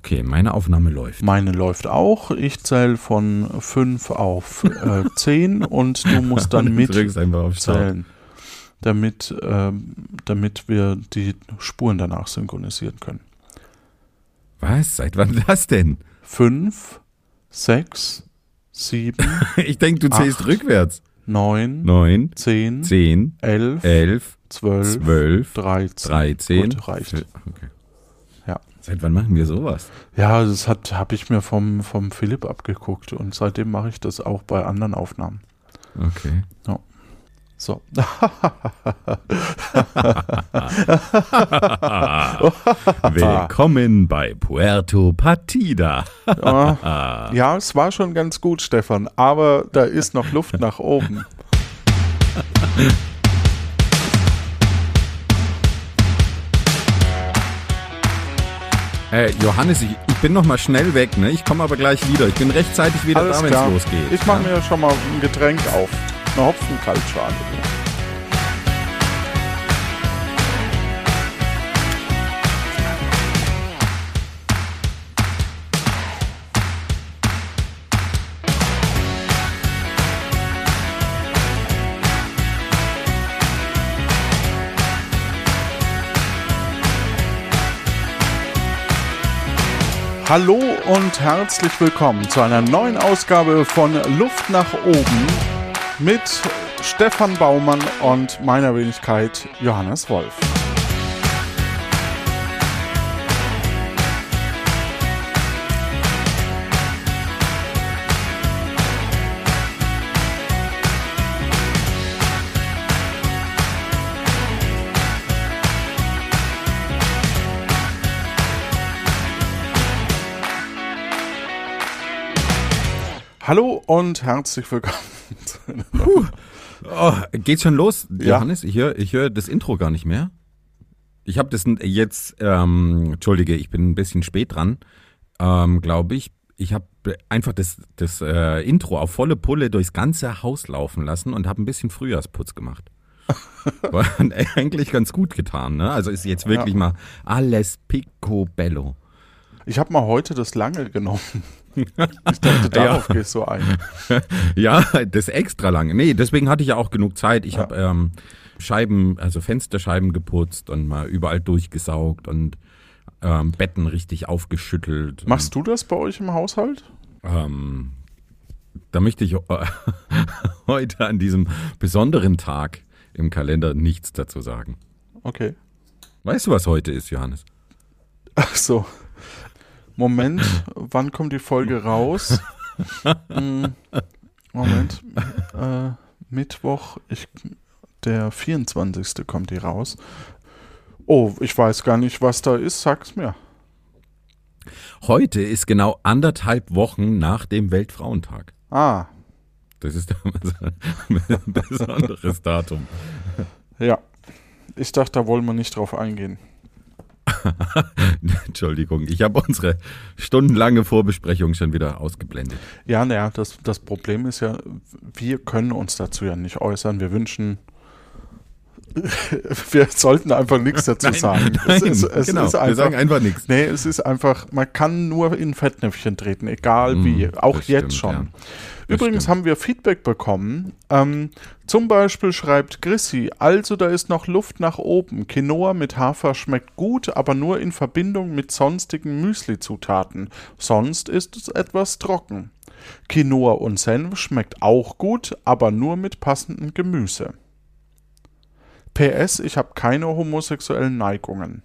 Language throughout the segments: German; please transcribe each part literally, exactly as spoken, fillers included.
Okay, meine Aufnahme läuft. Meine läuft auch. Ich zähle von fünf auf äh, zehn und du musst dann mitzählen, damit, äh, damit wir die Spuren danach synchronisieren können. Was? Seit wann das denn? Fünf, sechs, sieben. Ich denke, du zählst acht, rückwärts. Neun, neun, zehn, zehn, elf, elf, zwölf, zwölf, dreizehn. dreizehn. Gut, reicht. Okay. Ja. Seit wann machen wir sowas? Ja, das habe ich mir vom, vom Philipp abgeguckt und seitdem mache ich das auch bei anderen Aufnahmen. Okay. Ja. So. Willkommen bei Puerto Partida. Ja, es war schon ganz gut, Stefan, aber da ist noch Luft nach oben. Äh, Johannes, ich, ich bin noch mal schnell weg, ne? Ich komme aber gleich wieder. Ich bin rechtzeitig wieder Alles da, wenn es losgeht. Ich mache ja? mir schon mal ein Getränk auf. Eine Hopfenkaltschale. Hallo und herzlich willkommen zu einer neuen Ausgabe von Luft nach oben mit Stefan Baumann und meiner Wenigkeit Johannes Wolf. Hallo und herzlich willkommen. Puh. Oh, geht's schon los, Ja. Johannes? Ich höre ich hör das Intro gar nicht mehr. Ich habe das jetzt, ähm, Entschuldige, ich bin ein bisschen spät dran, ähm, glaube ich. Ich habe einfach das, das äh, Intro auf volle Pulle durchs ganze Haus laufen lassen und habe ein bisschen Frühjahrsputz gemacht. War eigentlich ganz gut getan, ne? Also ist jetzt wirklich Ja. mal alles picobello. Ich habe mal heute das lange genommen. Ich dachte, darauf Ja. gehst du ein. Ja, das extra lange. Nee, deswegen hatte ich ja auch genug Zeit. Ich Ja. habe ähm, Scheiben, also Fensterscheiben geputzt und mal überall durchgesaugt und ähm, Betten richtig aufgeschüttelt. Machst du das bei euch im Haushalt? Ähm, da möchte ich äh, heute an diesem besonderen Tag im Kalender nichts dazu sagen. Okay. Weißt du, was heute ist, Johannes? Ach so. Moment, wann kommt die Folge raus? Hm, Moment, äh, Mittwoch, ich, der vierundzwanzigste kommt die raus. Oh, ich weiß gar nicht, was da ist, sag's mir. Heute ist genau anderthalb Wochen nach dem Weltfrauentag. Ah, Das ist ein besonderes Datum. ja. Ich dachte, da wollen wir nicht drauf eingehen. Entschuldigung, ich habe unsere stundenlange Vorbesprechung schon wieder ausgeblendet. Ja, naja, das, das Problem ist ja, wir können uns dazu ja nicht äußern. Wir wünschen, wir sollten einfach nichts dazu Nein, sagen. nein, es ist, es genau, ist einfach, wir sagen einfach nichts. Nee, es ist einfach, man kann nur in Fettnäpfchen treten, egal Mm, wie, auch das jetzt stimmt, schon. ja. Das Übrigens stimmt. haben wir Feedback bekommen. Ähm, zum Beispiel schreibt Chrissy, also da ist noch Luft nach oben. Quinoa mit Hafer schmeckt gut, aber nur in Verbindung mit sonstigen Müsli-Zutaten. Sonst ist es etwas trocken. Quinoa und Senf schmeckt auch gut, aber nur mit passendem Gemüse. P S, ich habe keine homosexuellen Neigungen.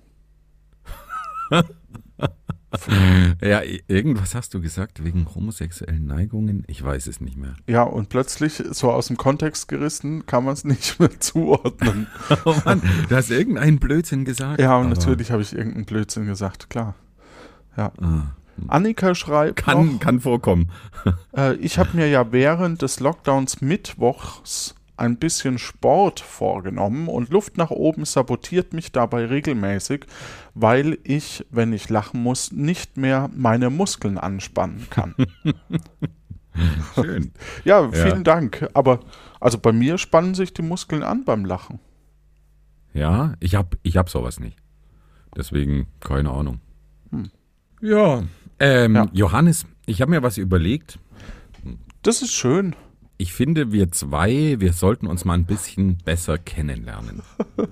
Ja, irgendwas hast du gesagt wegen homosexuellen Neigungen. Ich weiß es nicht mehr. Ja, und plötzlich, so aus dem Kontext gerissen, kann man es nicht mehr zuordnen. Oh Mann, du hast irgendeinen Blödsinn gesagt. Ja, und aber- natürlich habe ich irgendeinen Blödsinn gesagt, klar. Ja. Ah, Annika schreibt kann, noch, kann vorkommen. äh, ich habe mir ja während des Lockdowns mittwochs ein bisschen Sport vorgenommen und Luft nach oben sabotiert mich dabei regelmäßig, weil ich, wenn ich lachen muss, nicht mehr meine Muskeln anspannen kann. Schön. Ja, vielen Ja. Dank. Aber also bei mir spannen sich die Muskeln an beim Lachen. Ja, ich hab, ich hab sowas nicht. Deswegen, keine Ahnung. Hm. Ja, ähm, Ja. Johannes, ich habe mir was überlegt. Das ist schön. Ich finde, wir zwei, wir sollten uns mal ein bisschen besser kennenlernen.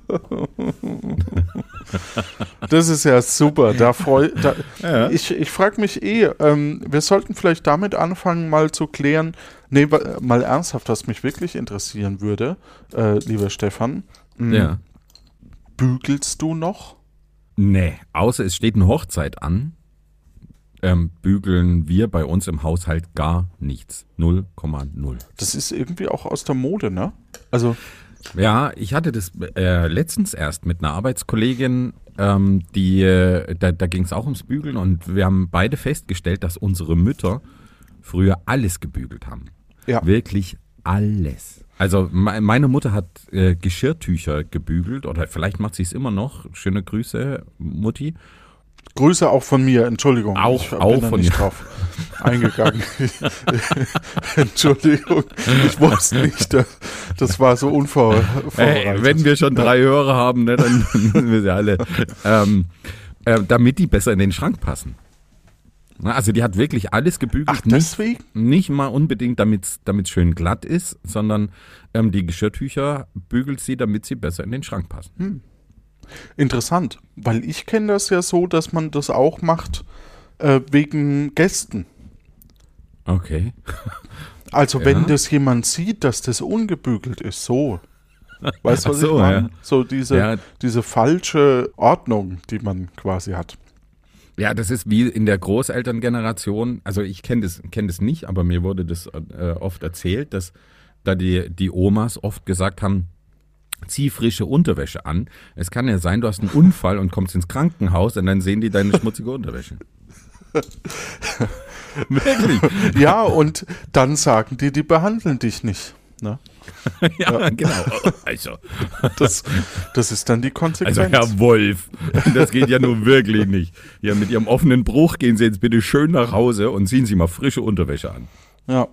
Das ist ja super. Da freu, da, ja. Ich, ich frage mich eh, ähm, wir sollten vielleicht damit anfangen, mal zu klären, nee, mal ernsthaft, was mich wirklich interessieren würde, äh, lieber Stefan. Mh, Ja. Bügelst du noch? Nee, außer es steht eine Hochzeit an, ähm, bügeln wir bei uns im Haushalt gar nichts. null Komma null. Das ist irgendwie auch aus der Mode, ne? Also, Ja, ich hatte das äh, letztens erst mit einer Arbeitskollegin, ähm, die, äh, da, da ging es auch ums Bügeln und wir haben beide festgestellt, dass unsere Mütter früher alles gebügelt haben. ja. Wirklich alles. Also me- meine Mutter hat äh, Geschirrtücher gebügelt oder vielleicht macht sie es immer noch. Schöne Grüße, Mutti. Grüße auch von mir, Entschuldigung. Auch- ich bin auch da von nicht mir. drauf eingegangen. Entschuldigung, ich wusste nicht, das, das war so unvor, Hey, vorbereitet. wenn wir schon drei Hörer haben, ne, dann müssen wir sie alle, ähm, äh, damit die besser in den Schrank passen. Na, also die hat wirklich alles gebügelt. Ach, deswegen? Nicht, nicht mal unbedingt, damit es schön glatt ist, sondern ähm, die Geschirrtücher bügelt sie, damit sie besser in den Schrank passen. Hm. Interessant, weil ich kenne das ja so, dass man das auch macht äh, wegen Gästen. Okay. Also Ja. wenn das jemand sieht, dass das ungebügelt ist, so. Weißt du, was Ach so, ich meine? ja. So diese, Ja. diese falsche Ordnung, die man quasi hat. Ja, das ist wie in der Großelterngeneration. Also ich kenne das, kenn das nicht, aber mir wurde das äh, oft erzählt, dass da die, die Omas oft gesagt haben, zieh frische Unterwäsche an. Es kann ja sein, du hast einen Unfall und kommst ins Krankenhaus und dann sehen die deine schmutzige Unterwäsche. Wirklich? Ja, und dann sagen die, die behandeln dich nicht. Ne? Ja, genau. Also, Das, das ist dann die also Konsequenz. Herr Wolf, das geht ja nun wirklich nicht. Ja, mit Ihrem offenen Bruch gehen Sie jetzt bitte schön nach Hause und ziehen Sie mal frische Unterwäsche an. Ja.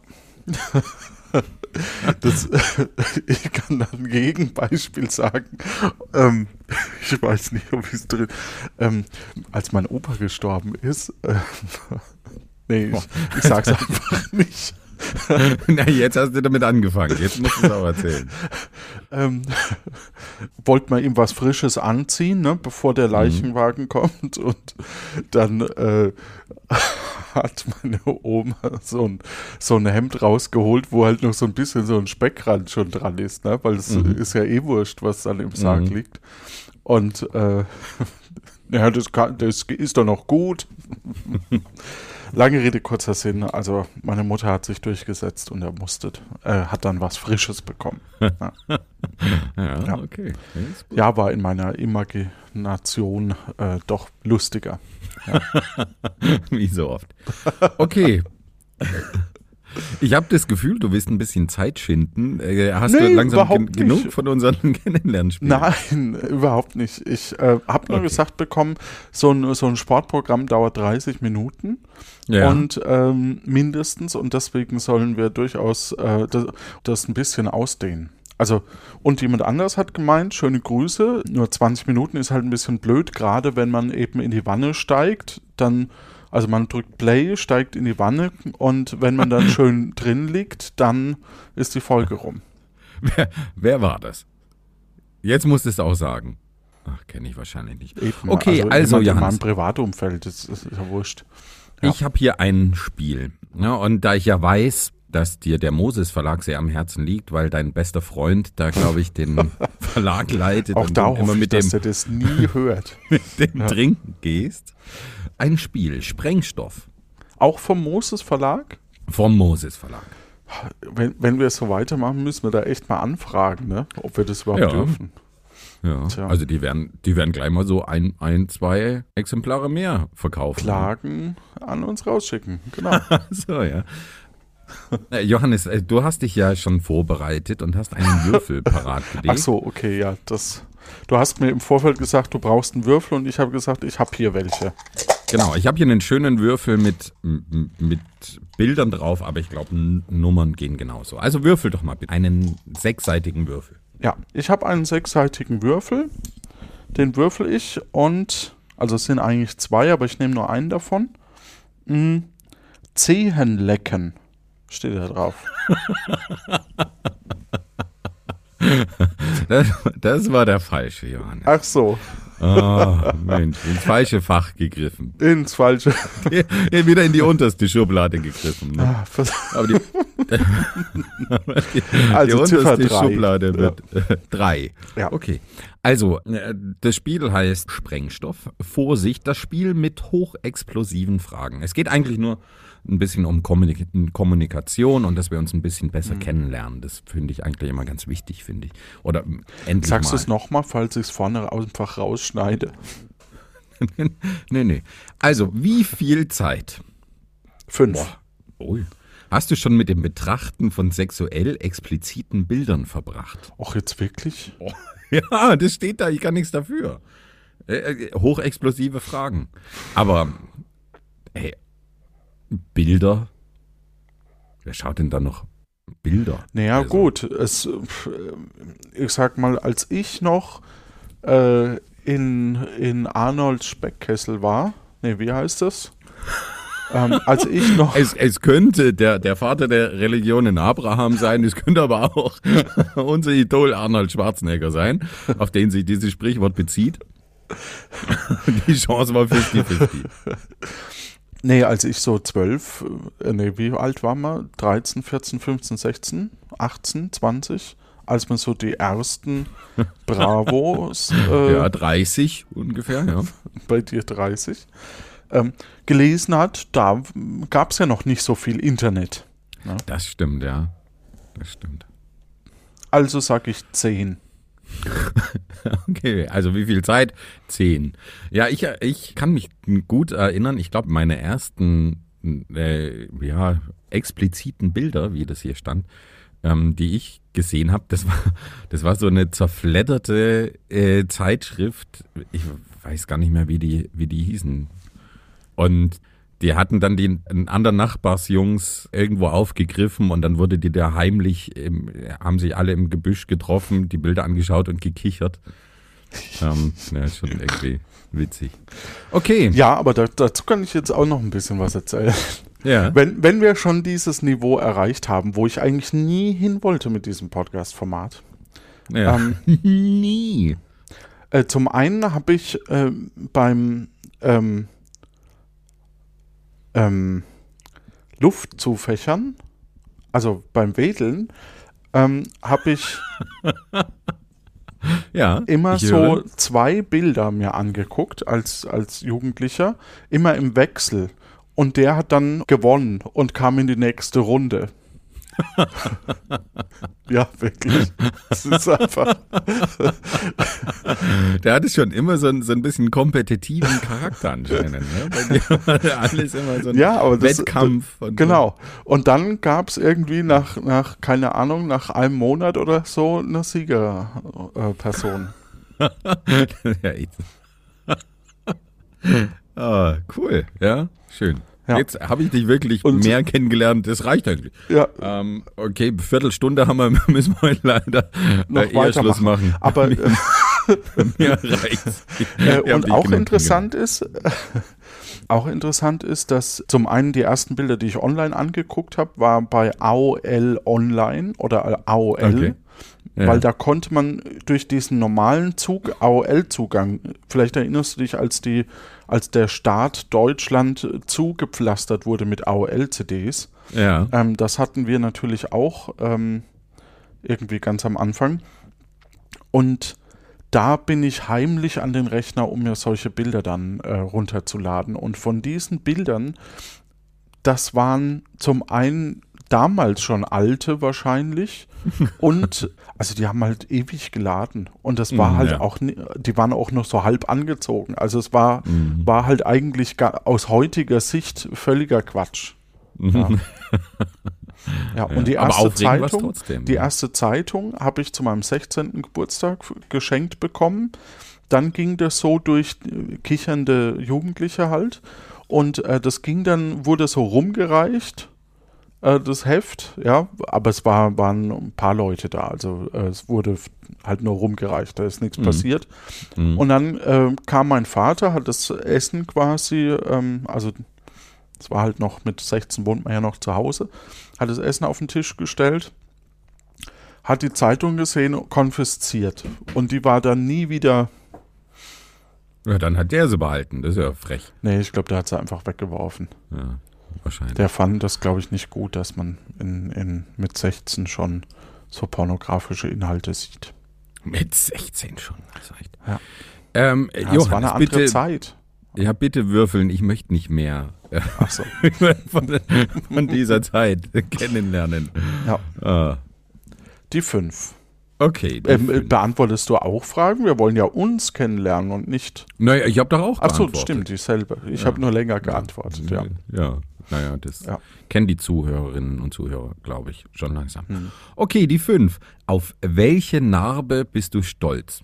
Das, ich kann da ein Gegenbeispiel sagen. Ähm, ich weiß nicht, ob ich es drin. Ähm, als mein Opa gestorben ist, äh, nee, ich, ich sag's einfach nicht. Na, jetzt hast du damit angefangen. Jetzt musst du es auch erzählen. Ähm, wollte man ihm was Frisches anziehen, ne, bevor der Leichenwagen kommt, und dann äh, hat meine Oma so ein, so ein Hemd rausgeholt, wo halt noch so ein bisschen so ein Speckrand schon dran ist, ne, weil es Mhm. ist ja eh wurscht, was dann im Sarg Mhm. liegt. Und äh, ja, das, kann, das ist doch noch gut. Lange Rede, kurzer Sinn. Also meine Mutter hat sich durchgesetzt und er musste, äh, hat dann was Frisches bekommen. Ja. Ja, Ja. okay. Ja, ist gut. Ja, war in meiner Imagination äh, doch lustiger. Wie so oft. Okay. Ich habe das Gefühl, du willst ein bisschen Zeit schinden. Äh, Hast Nee, du langsam überhaupt gen genug nicht. von unseren Kennenlernspielen? Nein, überhaupt nicht. Ich äh, habe nur Okay. gesagt bekommen, so ein, so ein Sportprogramm dauert dreißig Minuten Ja. und ähm, mindestens, und deswegen sollen wir durchaus äh, das, das ein bisschen ausdehnen. Also, und jemand anders hat gemeint, schöne Grüße, nur zwanzig Minuten ist halt ein bisschen blöd, gerade wenn man eben in die Wanne steigt, dann, also man drückt Play, steigt in die Wanne, und wenn man dann schön drin liegt, dann ist die Folge rum. Wer, wer war das? Jetzt musst du es auch sagen. Ach, kenne ich wahrscheinlich nicht. Eben, Okay, also, jemand in meinem Johannes. Privatumfeld, das ist ja wurscht. Ja. Ich habe hier ein Spiel. Ja, und da ich ja weiß, dass dir der Moses Verlag sehr am Herzen liegt, weil dein bester Freund da, glaube ich, den Verlag leitet Auch und da du hoffe immer ich, mit dass dem, der das nie hört. mit dem Ja. Trinken gehst. Ein Spiel, Sprengstoff, Auch vom Moses Verlag? vom Moses Verlag. Wenn, wenn wir es so weitermachen, müssen wir da echt mal anfragen, ne? Ob wir das überhaupt Ja. dürfen. Ja, Tja. also die werden, die werden gleich mal so ein, ein, zwei Exemplare mehr verkaufen. Klagen an uns rausschicken, genau. So, ja. Äh, Johannes, äh, du hast dich ja schon vorbereitet und hast einen Würfel parat gelegt. Ach so, okay, ja, das. Du hast mir im Vorfeld gesagt, du brauchst einen Würfel, und ich habe gesagt, ich habe hier welche. Genau, ich habe hier einen schönen Würfel mit, m- mit Bildern drauf, aber ich glaube, Nummern gehen genauso. Also würfel doch mal bitte einen sechsseitigen Würfel. Ja, ich habe einen sechsseitigen Würfel. Den würfel ich, und Also es sind eigentlich zwei, aber ich nehme nur einen davon. Mm, Zehenlecken steht da drauf. Das, das war der falsche, Johannes. Ach so, Oh, Mensch, ins falsche Fach gegriffen. ins Falsche. Wieder in die unterste Schublade gegriffen. Ne? Ah, vers- Aber die, die, Also die Ziffer unterste drei. Schublade wird äh, drei. Ja. Okay. Also, äh, das Spiel heißt Sprengstoff. Vorsicht, das Spiel mit hochexplosiven Fragen. Es geht eigentlich nur ein bisschen um Kommunik- Kommunikation und dass wir uns ein bisschen besser mhm. kennenlernen. Das finde ich eigentlich immer ganz wichtig, finde ich. Oder ähm, endlich Sagst du mal. es nochmal, falls ich es vorne einfach rausschneide? nee, nee. Also, wie viel Zeit Fünf. Ui. hast du schon mit dem Betrachten von sexuell expliziten Bildern verbracht? Ach, jetzt wirklich? Oh. Ja, das steht da, ich kann nichts dafür. Äh, äh, hochexplosive Fragen. Aber, ey, Bilder? Wer schaut denn da noch Bilder? Naja, Also, gut. Es, äh, ich sag mal, als ich noch äh, in, in Arnolds Speckkessel war, nee, wie heißt das? ähm, als ich noch. Es, es könnte der, der Vater der Religionen Abraham sein, es könnte aber auch unser Idol Arnold Schwarzenegger sein, auf den sich dieses Sprichwort bezieht. Die Chance war fünfzig fünfzig. Nee, als ich so zwölf, äh, nee, wie alt waren wir? dreizehn, vierzehn, fünfzehn, sechzehn, achtzehn, zwanzig, als man so die ersten Bravos, äh, Ja, dreißig ungefähr, ja. bei dir dreißig, ähm, gelesen hat, da gab es ja noch nicht so viel Internet. Ne? Das stimmt, ja. Das stimmt. Also sag ich zehn. Okay, also wie viel Zeit? Zehn. Ja, ich, ich kann mich gut erinnern, ich glaube, meine ersten äh, ja, expliziten Bilder, wie das hier stand, ähm, die ich gesehen habe, das war, das war so eine zerfledderte äh, Zeitschrift, ich weiß gar nicht mehr, wie die, wie die hießen. Und die hatten dann die anderen Nachbarsjungs irgendwo aufgegriffen und dann wurde die da heimlich, im, haben sich alle im Gebüsch getroffen, die Bilder angeschaut und gekichert. ähm, ja, ist schon irgendwie witzig. Okay. Ja, aber da, dazu kann ich jetzt auch noch ein bisschen was erzählen. Ja. Wenn, wenn wir schon dieses Niveau erreicht haben, wo ich eigentlich nie hin wollte mit diesem Podcast-Format. ja. Ähm, Nie. Äh, zum einen habe ich äh, beim ähm, ähm, Luftzufächern, also beim Wedeln, ähm, habe ich Ja. immer ich so höre. zwei Bilder mir angeguckt als, als Jugendlicher, immer im Wechsel. Und der hat dann gewonnen und kam in die nächste Runde. Ja, wirklich. Es ist einfach. Der hatte schon immer so ein, so ein bisschen kompetitiven Charakter anscheinend. Ne? Bei dir war alles immer so ein Ja, aber das- Wettkampf. und Genau. Und dann gab es irgendwie nach, nach, keine Ahnung, nach einem Monat oder so eine Siegerperson. So. Ja, ich- ah, cool, ja, schön. Ja. Jetzt habe ich dich wirklich Und- mehr kennengelernt, das reicht eigentlich. Ja, Ähm, okay, Viertelstunde haben wir, müssen wir leider noch äh, eher Schluss weitermachen. machen. Aber äh, Mir reicht's. Äh, Wir haben und dich auch genug interessant ist, auch interessant ist, dass zum einen die ersten Bilder, die ich online angeguckt habe, war bei A O L Online oder A O L, Okay. Ja. weil da konnte man durch diesen normalen Zug, A O L-Zugang, vielleicht erinnerst du dich, als die, als der Staat Deutschland zugepflastert wurde mit A O L-C Ds, Ja. ähm, das hatten wir natürlich auch ähm, irgendwie ganz am Anfang. Und da bin ich heimlich an den Rechner, um mir solche Bilder dann äh, runterzuladen. Und von diesen Bildern, das waren zum einen damals schon alte wahrscheinlich und also die haben halt ewig geladen und das war Mhm, halt ja. auch, ni- die waren auch noch so halb angezogen. Also es war, Mhm. war halt eigentlich ga, aus heutiger Sicht völliger Quatsch. Ja. Ja, und die Aber erste aufregend war's Zeitung, trotzdem, die ja. erste Zeitung habe ich zu meinem sechzehnten Geburtstag f- geschenkt bekommen. Dann ging das so durch äh, kichernde Jugendliche halt und äh, das ging dann, wurde so rumgereicht äh, das Heft, ja, aber es war, waren ein paar Leute da, also äh, es wurde halt nur rumgereicht, da ist nichts Mhm. passiert. Mhm. Und dann äh, kam mein Vater, hat das Essen quasi, ähm, also es war halt noch, mit sechzehn wohnt man ja noch zu Hause, hat das Essen auf den Tisch gestellt, hat die Zeitung gesehen, konfisziert. Und die war dann nie wieder, Ja, dann hat der sie behalten. Das ist ja frech. nee, ich glaube, der hat sie einfach weggeworfen. Ja, wahrscheinlich. Der fand das, glaube ich, nicht gut, dass man in, in, mit sechzehn schon so pornografische Inhalte sieht. Mit sechzehn schon. Also echt. Ja. Ähm, Ja, Johannes, es war eine andere bitte, Zeit. ja, bitte würfeln. Ich möchte nicht mehr äh, Ach so. von, von dieser Zeit kennenlernen. Ja. Ah, Die fünf. okay. die Ähm, äh, fünf. beantwortest du auch Fragen? Wir wollen ja uns kennenlernen und nicht. Naja, ich habe doch auch Ach so, geantwortet. stimmt, dieselbe. Ich Ja. habe nur länger geantwortet, ja. Ja, naja, das Ja. kennen die Zuhörerinnen und Zuhörer, glaube ich, schon langsam. Hm. Okay, die fünf. Auf welche Narbe bist du stolz?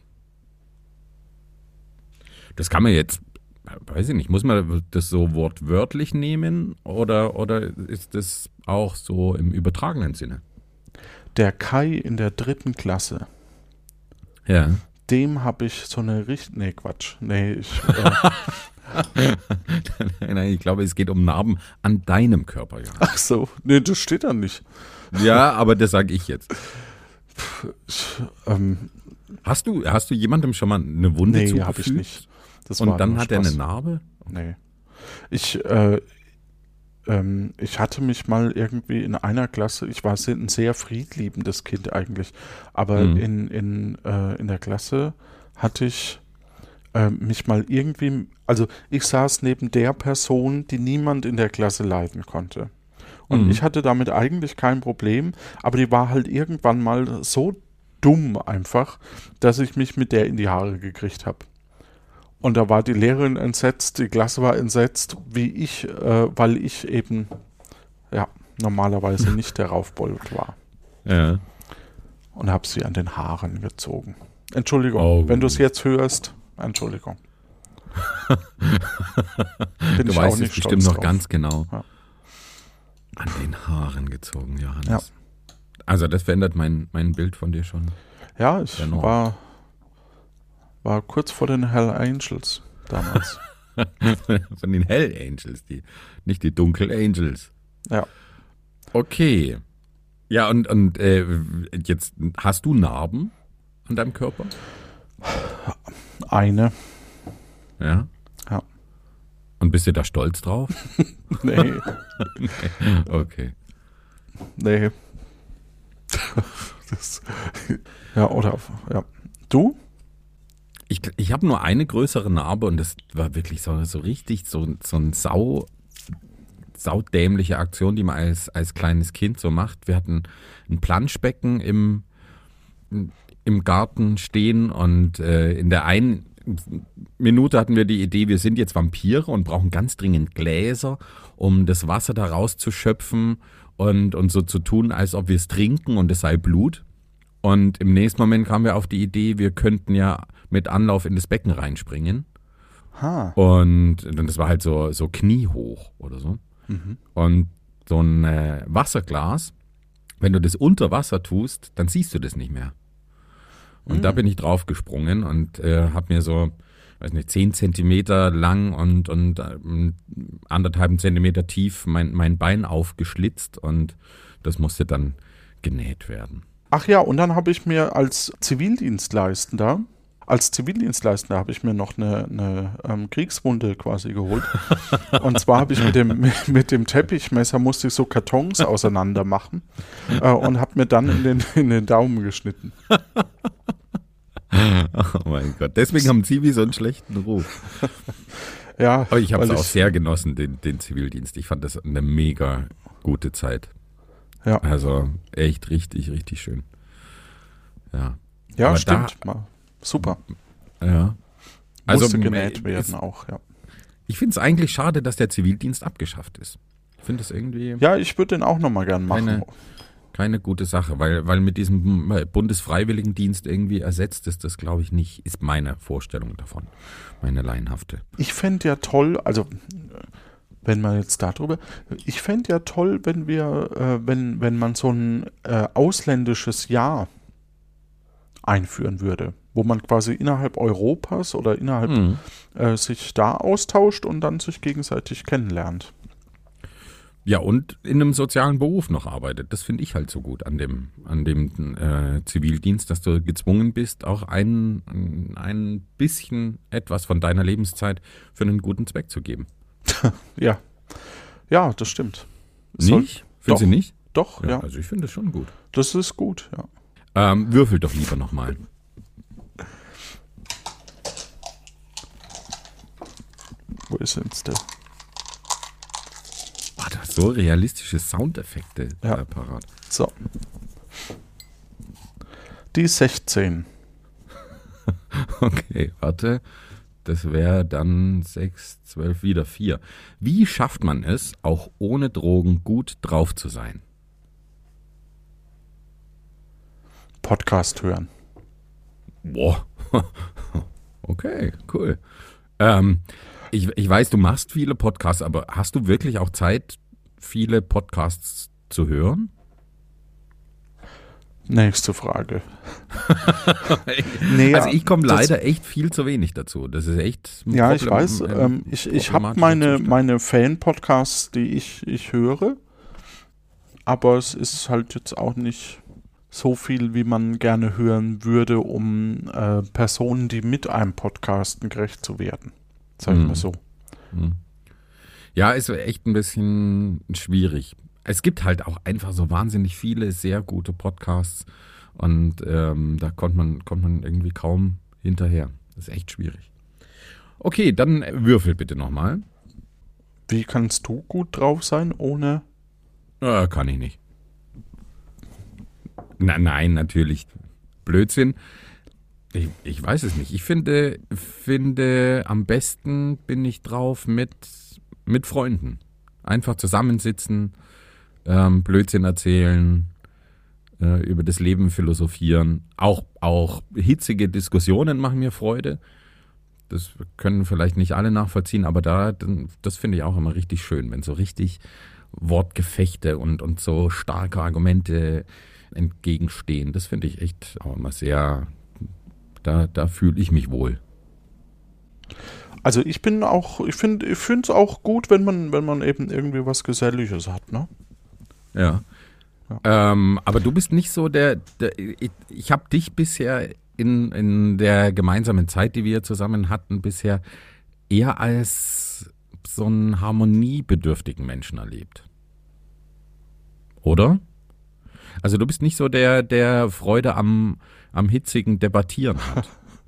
Das kann man jetzt, weiß ich nicht, muss man das so wortwörtlich nehmen oder, oder ist das auch so im übertragenen Sinne? Der Kai in der dritten Klasse, Ja. dem habe ich so eine Richt... Nee, Quatsch. Nee, ich... Äh, Nein, nein, ich glaube, es geht um Narben an deinem Körper. Ja, ach so, nee, das steht da nicht. ja, aber das sage ich jetzt. Ich, ähm, Hast du, hast du jemandem schon mal eine Wunde nee, zugefügt? habe ich nicht. Das war Und dann nur hat er eine Spaß. Narbe? Nee. Ich, äh, ähm, ich hatte mich mal irgendwie in einer Klasse, ich war se- ein sehr friedliebendes Kind eigentlich, aber Mhm. in, in, äh, in der Klasse hatte ich äh, mich mal irgendwie, also ich saß neben der Person, die niemand in der Klasse leiden konnte. Und Mhm. ich hatte damit eigentlich kein Problem, aber die war halt irgendwann mal so dumm einfach, dass ich mich mit der in die Haare gekriegt habe. Und da war die Lehrerin entsetzt, die Klasse war entsetzt, wie ich, äh, weil ich eben, ja, normalerweise nicht der Raufbold war. Ja. Und habe sie an den Haaren gezogen. Entschuldigung, Oh. wenn du es jetzt hörst, Entschuldigung. Bin Du ich auch weißt es nicht bestimmt stolz noch drauf. ganz genau. Ja. An den Haaren gezogen, Johannes. Ja. Also das verändert mein, mein Bild von dir schon. Ja, ich Enorm. war, war kurz vor den Hell Angels damals. Von den Hell Angels, die, nicht die Dunkel Angels. Ja. Okay. Ja, und, und äh, jetzt hast du Narben an deinem Körper? Eine. Ja. Ja. Und bist du da stolz drauf? Nee, Okay. nee. Das, ja, oder, ja. Du? Ich, ich habe nur eine größere Narbe und das war wirklich so, so richtig so, so ein sau, saudämliche Aktion, die man als, als kleines Kind so macht. Wir hatten ein Planschbecken im, im Garten stehen und äh, in der einen Minute hatten wir die Idee, wir sind jetzt Vampire und brauchen ganz dringend Gläser, um das Wasser da rauszuschöpfen und, und so zu tun, als ob wir es trinken und es sei Blut. Und im nächsten Moment kamen wir auf die Idee, wir könnten ja mit Anlauf in das Becken reinspringen. Ha. Und, und das war halt so, so kniehoch oder so. Mhm. Und so ein äh, Wasserglas, wenn du das unter Wasser tust, dann siehst du das nicht mehr. Und Mhm. da bin ich drauf gesprungen und äh, habe mir so, weiß nicht, zehn Zentimeter lang und, und ähm, anderthalb Zentimeter tief mein, mein Bein aufgeschlitzt und das musste dann genäht werden. Ach ja, und dann habe ich mir als Zivildienstleistender, als Zivildienstleistender habe ich mir noch eine, eine ähm, Kriegswunde quasi geholt. Und zwar habe ich mit dem, mit dem Teppichmesser musste ich so Kartons auseinander machen äh, und habe mir dann in den, in den Daumen geschnitten. Oh mein Gott, deswegen haben Zivi so einen schlechten Ruf. Ja, Aber ich habe es weil auch sehr genossen, den, den Zivildienst. Ich fand das eine mega gute Zeit. Ja, Also echt richtig, richtig schön. Ja. ja aber stimmt. Mal. Super. Ja. Also Musste äh, genäht werden ist- auch, ja. Ich finde es eigentlich schade, dass der Zivildienst abgeschafft ist. Ich finde das irgendwie Ja, ich würde den auch nochmal gern machen. Keine- keine gute Sache, weil, weil mit diesem Bundesfreiwilligendienst irgendwie ersetzt ist das, glaube ich, nicht, ist meine Vorstellung davon. Meine laienhafte. Ich fände ja toll, also wenn man jetzt darüber, ich fände ja toll, wenn wir, äh, wenn, wenn man so ein äh, ausländisches Jahr einführen würde, wo man quasi innerhalb Europas oder innerhalb Mhm. äh, sich da austauscht und dann sich gegenseitig kennenlernt. Ja, und in einem sozialen Beruf noch arbeitet. Das finde ich halt so gut an dem, an dem äh, Zivildienst, dass du gezwungen bist, auch ein, ein bisschen etwas von deiner Lebenszeit für einen guten Zweck zu geben. Ja, ja, das stimmt. Es soll- Nicht? Findest du doch. nicht? Doch, Ja, ja, also ich finde das schon gut. das ist gut, ja. Ähm, würfel doch lieber nochmal. Wo ist jetzt der? Ah, du hast so realistische Soundeffekte Ja. äh, parat. So. Die sechzehn. Okay, warte. Das wäre dann sechs, zwölf, wieder vier. Wie schafft man es, auch ohne Drogen gut drauf zu sein? Podcast hören. Boah. Okay, cool. Ähm, ich, ich weiß, du machst viele Podcasts, aber hast du wirklich auch Zeit, viele Podcasts zu hören? Nächste Frage. Nee, Also ich komme das- leider echt viel zu wenig dazu. Das ist echt ein Ja, ich Problem- weiß. ein Ähm, ich ich habe problematischer meine, Zustand. meine Fan-Podcasts, die ich, ich höre, aber es ist halt jetzt auch nicht so viel, wie man gerne hören würde, um äh, Personen, die mit einem podcasten, gerecht zu werden. Sag ich Hm. mal so. Ja, ist echt ein bisschen schwierig. Es gibt halt auch einfach so wahnsinnig viele sehr gute Podcasts und ähm, da kommt man, kommt man irgendwie kaum hinterher. Das ist echt schwierig. Okay, dann würfel bitte nochmal. Wie kannst du gut drauf sein, ohne... Äh, kann ich nicht. Na, nein, natürlich. Blödsinn. Ich, ich weiß es nicht. Ich finde, finde, am besten bin ich drauf mit, mit Freunden. Einfach zusammensitzen, ähm, Blödsinn erzählen, äh, über das Leben philosophieren. Auch, auch hitzige Diskussionen machen mir Freude. Das können vielleicht nicht alle nachvollziehen, aber da, das finde ich auch immer richtig schön, wenn so richtig Wortgefechte und, und so starke Argumente entgegenstehen. Das finde ich echt auch immer sehr, da, da fühle ich mich wohl. Also ich bin auch, ich finde ich finde es auch gut, wenn man, wenn man eben irgendwie was Geselliges hat, ne? Ja. Ähm, aber du bist nicht so der, der ich, ich habe dich bisher in, in der gemeinsamen Zeit, die wir zusammen hatten, bisher eher als so einen harmoniebedürftigen Menschen erlebt. Oder? Also du bist nicht so der, der Freude am, am hitzigen Debattieren hat.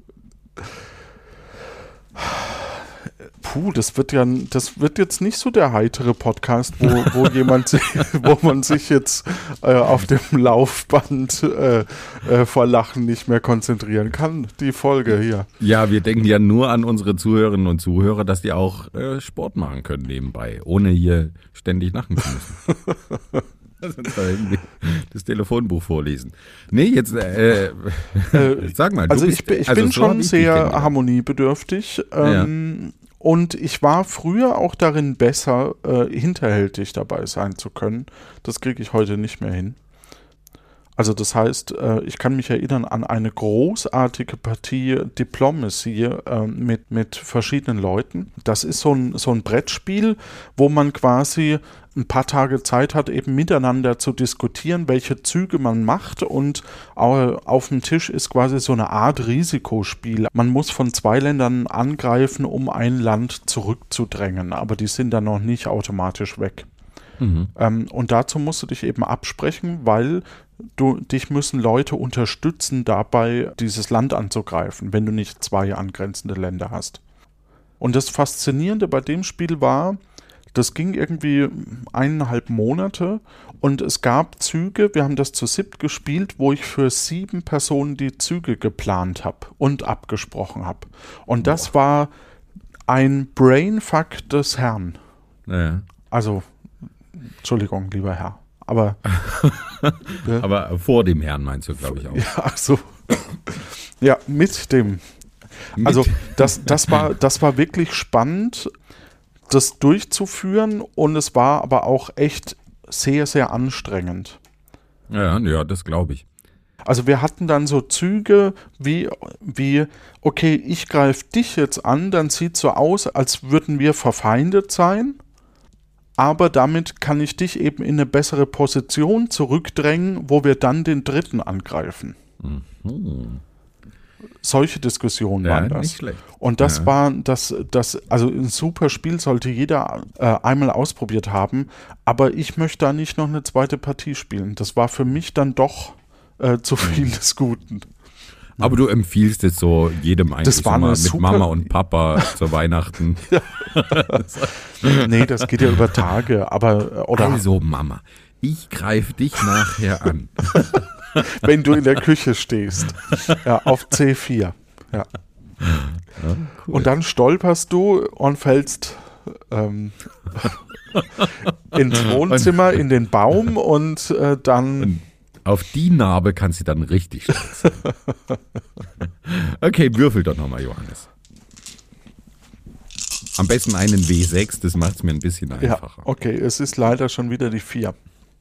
Puh, das wird ja, das wird jetzt nicht so der heitere Podcast, wo, wo jemand, sich, wo man sich jetzt äh, auf dem Laufband äh, äh, vor Lachen nicht mehr konzentrieren kann. Die Folge hier. Ja, wir denken ja nur an unsere Zuhörerinnen und Zuhörer, dass die auch äh, Sport machen können nebenbei, ohne hier ständig lachen zu müssen. Also da irgendwie das Telefonbuch vorlesen. Nee, jetzt äh, Äh, sag mal. Du Also bist, ich bin, ich also bin so schon hab ich dich sehr kennengelernt. harmoniebedürftig. Ähm, Und ich war früher auch darin besser, äh, hinterhältig dabei sein zu können. Das kriege ich heute nicht mehr hin. Also das heißt, äh, ich kann mich erinnern an eine großartige Partie Diplomacy äh, mit, mit verschiedenen Leuten. Das ist so ein, so ein Brettspiel, wo man quasi ein paar Tage Zeit hat, eben miteinander zu diskutieren, welche Züge man macht, und au- auf dem Tisch ist quasi so eine Art Risikospiel. Man muss von zwei Ländern angreifen, um ein Land zurückzudrängen, aber die sind dann noch nicht automatisch weg. Mhm. Ähm, und dazu musst du dich eben absprechen, weil du, dich müssen Leute unterstützen, dabei dieses Land anzugreifen, wenn du nicht zwei angrenzende Länder hast. Und das Faszinierende bei dem Spiel war, das ging irgendwie eineinhalb Monate und es gab Züge, wir haben das zu siebt gespielt, wo ich für sieben Personen die Züge geplant habe und abgesprochen habe. Und das war ein Brainfuck des Herrn. Ja. Also, Entschuldigung, lieber Herr, aber Aber vor dem Herrn meinst du, glaube ich, auch. ja, ach so. Ja, mit dem. Mit- Also das, das war, das war wirklich spannend das durchzuführen und es war aber auch echt sehr, sehr anstrengend. Ja, ja, das glaube ich. Also wir hatten dann so Züge wie, wie okay, ich greife dich jetzt an, dann sieht so aus, als würden wir verfeindet sein, aber damit kann ich dich eben in eine bessere Position zurückdrängen, wo wir dann den Dritten angreifen. Mhm. Solche Diskussionen Ja, waren das. nicht schlecht. Und das Ja. war das, das, also ein super Spiel sollte jeder äh, einmal ausprobiert haben, aber ich möchte da nicht noch eine zweite Partie spielen. Das war für mich dann doch äh, zu viel des Guten. Aber du empfiehlst es so jedem eigentlich Das war so mal eine mit super- Mama und Papa zu Weihnachten. Nee, das geht ja über Tage, aber äh, oder Also Mama, ich greife dich nachher an. wenn du in der Küche stehst, ja, auf C vier. Ja. Ja, cool. Und dann stolperst du und fällst ähm, ins Wohnzimmer, in den Baum und äh, dann. Auf die Narbe kannst du dann richtig stolz sein. Okay, würfel doch nochmal, Johannes. Am besten einen W sechs, das macht es mir ein bisschen Ja, einfacher. okay, es ist leider schon wieder die vier.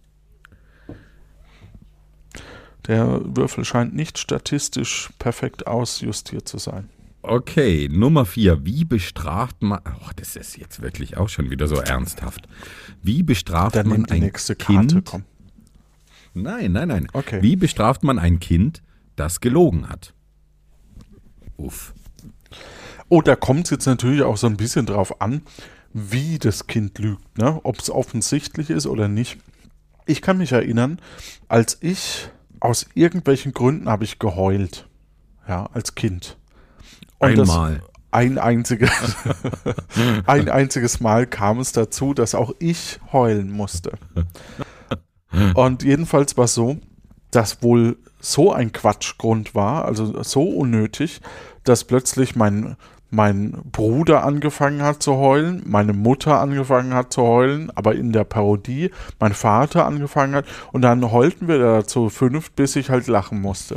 Der Würfel scheint nicht statistisch perfekt ausjustiert zu sein. Okay, Nummer vier. Wie bestraft man... Oh, das ist jetzt wirklich auch schon wieder so ernsthaft. Wie bestraft Dann man nimmt die ein nächste Karte, Kind... komm. Nein, nein, nein. Okay. Wie bestraft man ein Kind, das gelogen hat? Uff. Oh, da kommt es jetzt natürlich auch so ein bisschen drauf an, wie das Kind lügt, ne? Ob es offensichtlich ist oder nicht. Ich kann mich erinnern, als ich aus irgendwelchen Gründen habe ich geheult, ja, als Kind. Und das- Einmal. Ein einziges, ein einziges Mal kam es dazu, dass auch ich heulen musste. Und jedenfalls war es so, dass wohl so ein Quatschgrund war, also so unnötig, dass plötzlich mein, mein Bruder angefangen hat zu heulen, meine Mutter angefangen hat zu heulen, aber in der Parodie mein Vater angefangen hat und dann heulten wir da zu fünft, bis ich halt lachen musste.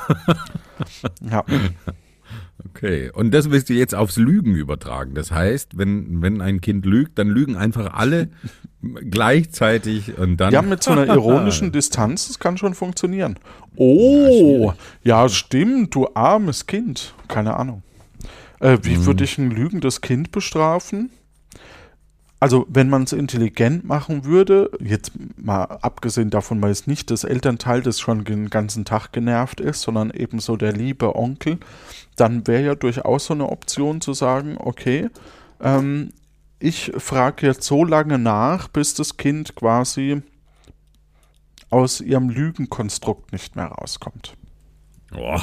Ja. Okay, und das willst du jetzt aufs Lügen übertragen. Das heißt, wenn, wenn ein Kind lügt, dann lügen einfach alle gleichzeitig und dann... Ja, mit so einer ironischen Distanz, das kann schon funktionieren. Oh, ja, stimmt, du armes Kind. Keine Ahnung. Äh, wie Mhm. würde ich ein lügendes Kind bestrafen? Also, wenn man es intelligent machen würde, jetzt mal abgesehen davon, weil es nicht das Elternteil, das schon den ganzen Tag genervt ist, sondern eben so der liebe Onkel, dann wäre ja durchaus so eine Option zu sagen, okay, ähm, ich frage jetzt so lange nach, bis das Kind quasi aus ihrem Lügenkonstrukt nicht mehr rauskommt. Boah.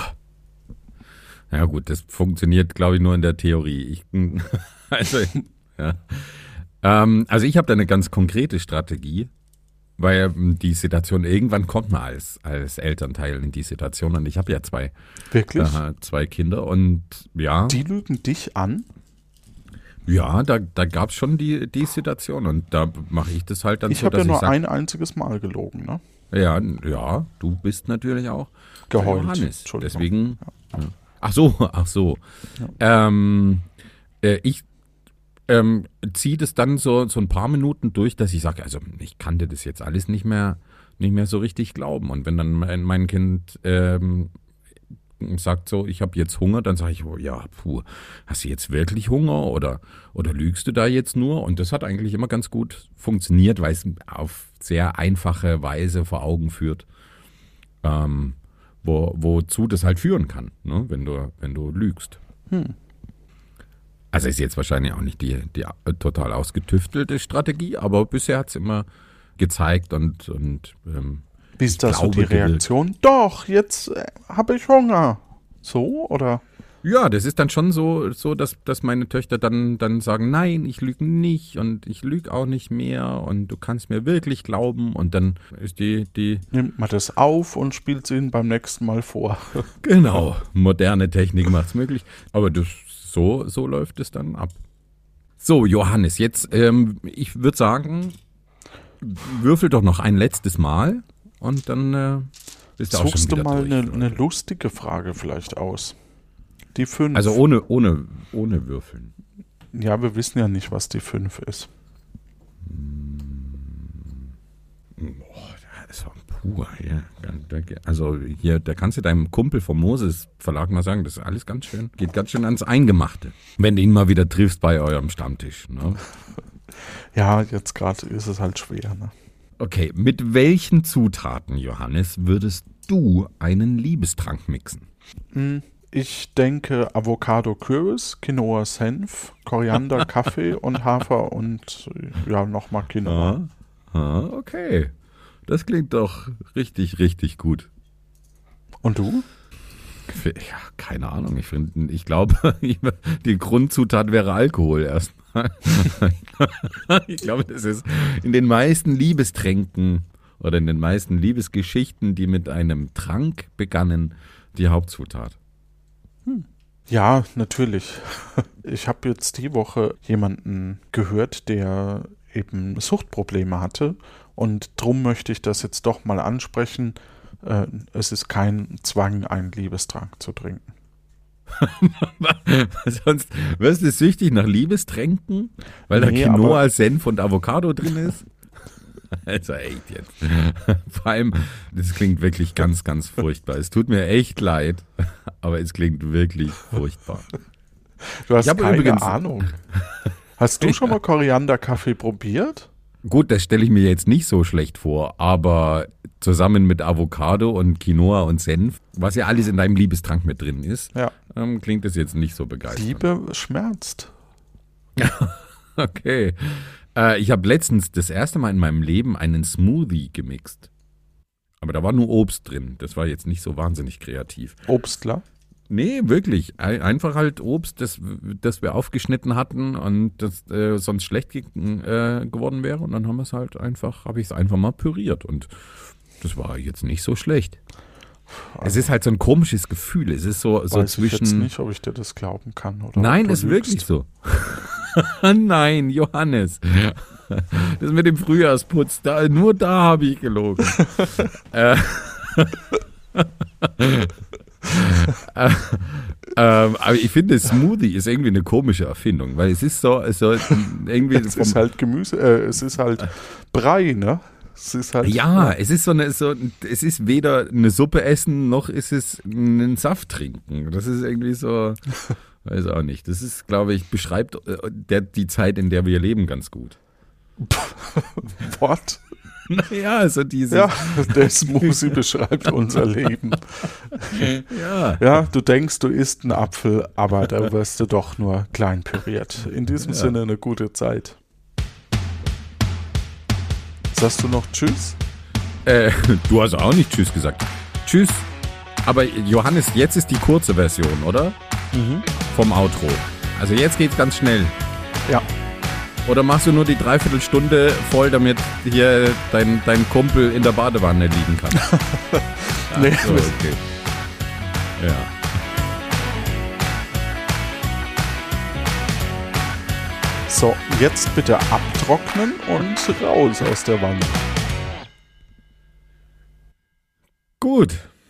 Ja gut, das funktioniert, glaube ich, nur in der Theorie. Ich, also, ja. ähm, also ich habe da eine ganz konkrete Strategie, weil ähm, die Situation, irgendwann kommt man als, als Elternteil in die Situation und ich habe ja zwei, Wirklich? äh, zwei Kinder und ja, Die lügen dich an? ja, da, da gab es schon die, die Situation und da mache ich das halt dann Ich so, habe dass ja nur ich sage, ein einziges Mal gelogen, ne? ja, ja, du bist natürlich auch Geheult. Johannes. Entschuldigung. Deswegen. Ja. Ach so, ach so. Ähm, äh, ich ähm, ziehe das dann so, so ein paar Minuten durch, dass ich sage, also ich kannte das jetzt alles nicht mehr, nicht mehr so richtig glauben. Und wenn dann mein, mein Kind ähm, sagt so, ich habe jetzt Hunger, dann sage ich, oh, ja, puh, hast du jetzt wirklich Hunger oder, oder lügst du da jetzt nur? Und das hat eigentlich immer ganz gut funktioniert, weil es auf sehr einfache Weise vor Augen führt, ähm, wo, wozu das halt führen kann, ne, wenn du, wenn du lügst. Hm. Also ist jetzt wahrscheinlich auch nicht die, die total ausgetüftelte Strategie, aber bisher hat es immer gezeigt und, und ähm, Wie ist das so glaube, die Reaktion? Doch, jetzt äh, habe ich Hunger. So, oder? ja, das ist dann schon so, so dass, dass meine Töchter dann, dann sagen, nein, ich lüge nicht und ich lüge auch nicht mehr und du kannst mir wirklich glauben und dann ist die, die Nimmt man das auf und spielt es ihnen beim nächsten Mal vor. genau, moderne Technik macht es möglich, aber das, so, so läuft es dann ab. So, Johannes, jetzt, ähm, ich würde sagen, würfel doch noch ein letztes Mal und dann äh, bist du auch schon Suchst du wieder mal durch. eine, eine lustige Frage vielleicht aus? Die fünf. Also ohne, ohne, ohne Würfeln. Ja, wir wissen ja nicht, was die fünf ist. Boah, das ist puh, ja. Also hier, da kannst du deinem Kumpel vom Moses Verlag mal sagen, das ist alles ganz schön, geht ganz schön ans Eingemachte, wenn du ihn mal wieder triffst bei eurem Stammtisch. Ne? Ja, jetzt gerade ist es halt schwer. Ne? Okay, mit welchen Zutaten, Johannes, würdest du einen Liebestrank mixen? Ich denke Avocado Kürbis, Quinoa Senf, Koriander Kaffee und Hafer und ja, nochmal Quinoa. Ah, ah, okay. Das klingt doch richtig, richtig gut. Und du? Ja, keine Ahnung. Ich, find, ich glaube, die Grundzutat wäre Alkohol erstmal. Ich glaube, das ist in den meisten Liebestränken oder in den meisten Liebesgeschichten, die mit einem Trank begannen, die Hauptzutat. Hm. Ja, natürlich. Ich habe jetzt die Woche jemanden gehört, der eben Suchtprobleme hatte. Und drum möchte ich das jetzt doch mal ansprechen. Äh, es ist kein Zwang, einen Liebestrank zu trinken. Sonst wirst du süchtig nach Liebestränken, weil nee, da Quinoa, Senf und Avocado drin ist? Also echt jetzt. Vor allem, das klingt wirklich ganz, ganz furchtbar. Es tut mir echt leid, aber es klingt wirklich furchtbar. Du hast keine übrigens Ahnung. Hast du schon mal Korianderkaffee probiert? Gut, das stelle ich mir jetzt nicht so schlecht vor, aber zusammen mit Avocado und Quinoa und Senf, was ja alles in deinem Liebestrank mit drin ist, ja. ähm, klingt das jetzt nicht so begeisternd. Liebe schmerzt. Okay. Äh, ich habe letztens das erste Mal in meinem Leben einen Smoothie gemixt. Aber da war nur Obst drin. Das war jetzt nicht so wahnsinnig kreativ. Obstler? Nee, wirklich. Einfach halt Obst, das, das wir aufgeschnitten hatten und das äh, sonst schlecht ge äh, geworden wäre. Und dann haben wir es halt einfach, habe ich es einfach mal püriert. Und das war jetzt nicht so schlecht. Also, es ist halt so ein komisches Gefühl. Es ist so, so weiß zwischen. Ich jetzt nicht, ob ich dir das glauben kann. Oder Nein, ist wirklich so. Nein, Johannes. Das mit dem Frühjahrsputz, da, nur da habe ich gelogen. äh, äh, ähm, aber ich finde, Smoothie ist irgendwie eine komische Erfindung, weil es ist so, so irgendwie. Es ist halt Gemüse, äh, es ist halt Brei, ne? Es ist halt, ja, es ist so eine, so, es ist weder eine Suppe essen, noch ist es einen Saft trinken. Das ist irgendwie so, weiß auch nicht. Das ist, glaube ich, beschreibt der, die Zeit, in der wir leben, ganz gut. What? Naja, also dieses. Ja, der Smoothie beschreibt unser Leben. Ja. Ja, du denkst, du isst einen Apfel, aber da wirst du doch nur klein püriert. In diesem ja. Sinne eine gute Zeit. Sagst du noch Tschüss? Äh, du hast auch nicht Tschüss gesagt. Tschüss. Aber Johannes, jetzt ist die kurze Version, oder? Mhm. Vom Outro. Also jetzt geht's ganz schnell. Ja. Oder machst du nur die Dreiviertelstunde voll, damit hier dein, dein Kumpel in der Badewanne liegen kann? Ach, nee. So, okay. Ja. So, jetzt bitte abtrocknen und raus aus der Wanne. Gut.